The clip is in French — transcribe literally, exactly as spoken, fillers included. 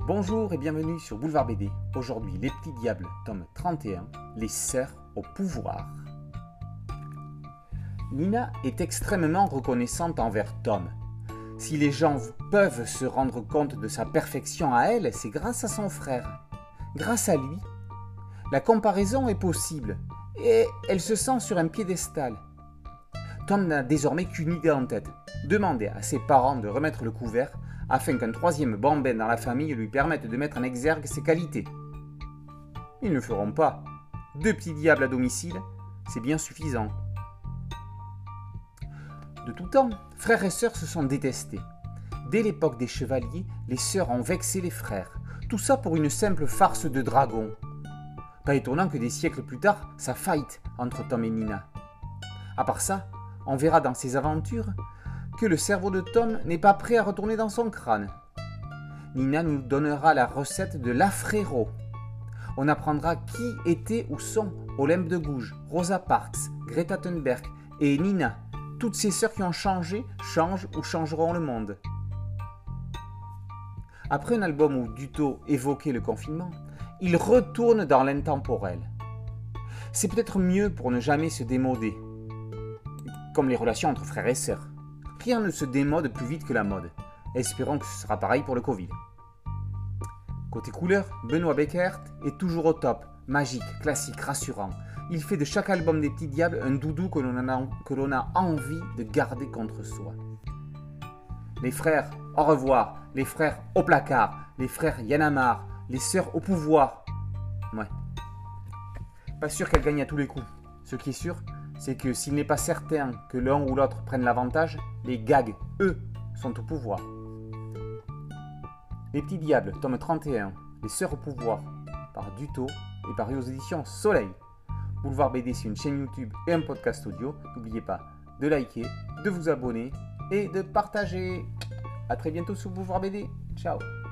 Bonjour et bienvenue sur Boulevard B D. Aujourd'hui, Les Petits Diables, tome trente et un, Les Sœurs au pouvoir. Nina est extrêmement reconnaissante envers Tom. Si les gens peuvent se rendre compte de sa perfection à elle, c'est grâce à son frère. Grâce à lui, la comparaison est possible et elle se sent sur un piédestal. Tom n'a désormais qu'une idée en tête, demander à ses parents de remettre le couvert afin qu'un troisième bambin dans la famille lui permette de mettre en exergue ses qualités. Ils ne le feront pas. Deux petits diables à domicile, c'est bien suffisant. De tout temps, frères et sœurs se sont détestés. Dès l'époque des chevaliers, les sœurs ont vexé les frères. Tout ça pour une simple farce de dragon. Pas étonnant que des siècles plus tard, ça fight entre Tom et Nina. À part ça, on verra dans ces aventures que le cerveau de Tom n'est pas prêt à retourner dans son crâne. Nina nous donnera la recette de l'Afrero. On apprendra qui étaient ou sont Olympe de Gouges, Rosa Parks, Greta Thunberg et Nina, toutes ces sœurs qui ont changé, changent ou changeront le monde. Après un album où Duto évoquait le confinement, il retourne dans l'intemporel. C'est peut-être mieux pour ne jamais se démoder, comme les relations entre frères et sœurs. Rien ne se démode plus vite que la mode. Espérons que ce sera pareil pour le Covid. Côté couleur, Benoît Beckert est toujours au top. Magique, classique, rassurant. Il fait de chaque album des Petits Diables un doudou que l'on a, que l'on a envie de garder contre soi. Les frères, au revoir. Les frères au placard. Les frères Yanamar. Les sœurs au pouvoir. Ouais. Pas sûr qu'elle gagne à tous les coups. Ce qui est sûr, c'est que s'il n'est pas certain que l'un ou l'autre prenne l'avantage, les gags, eux, sont au pouvoir. Les Petits Diables, tome trente et un, Les Sœurs au pouvoir, par Duto et paru aux éditions Soleil. Boulevard B D, c'est une chaîne YouTube et un podcast audio. N'oubliez pas de liker, de vous abonner et de partager. A très bientôt sur Boulevard B D. Ciao.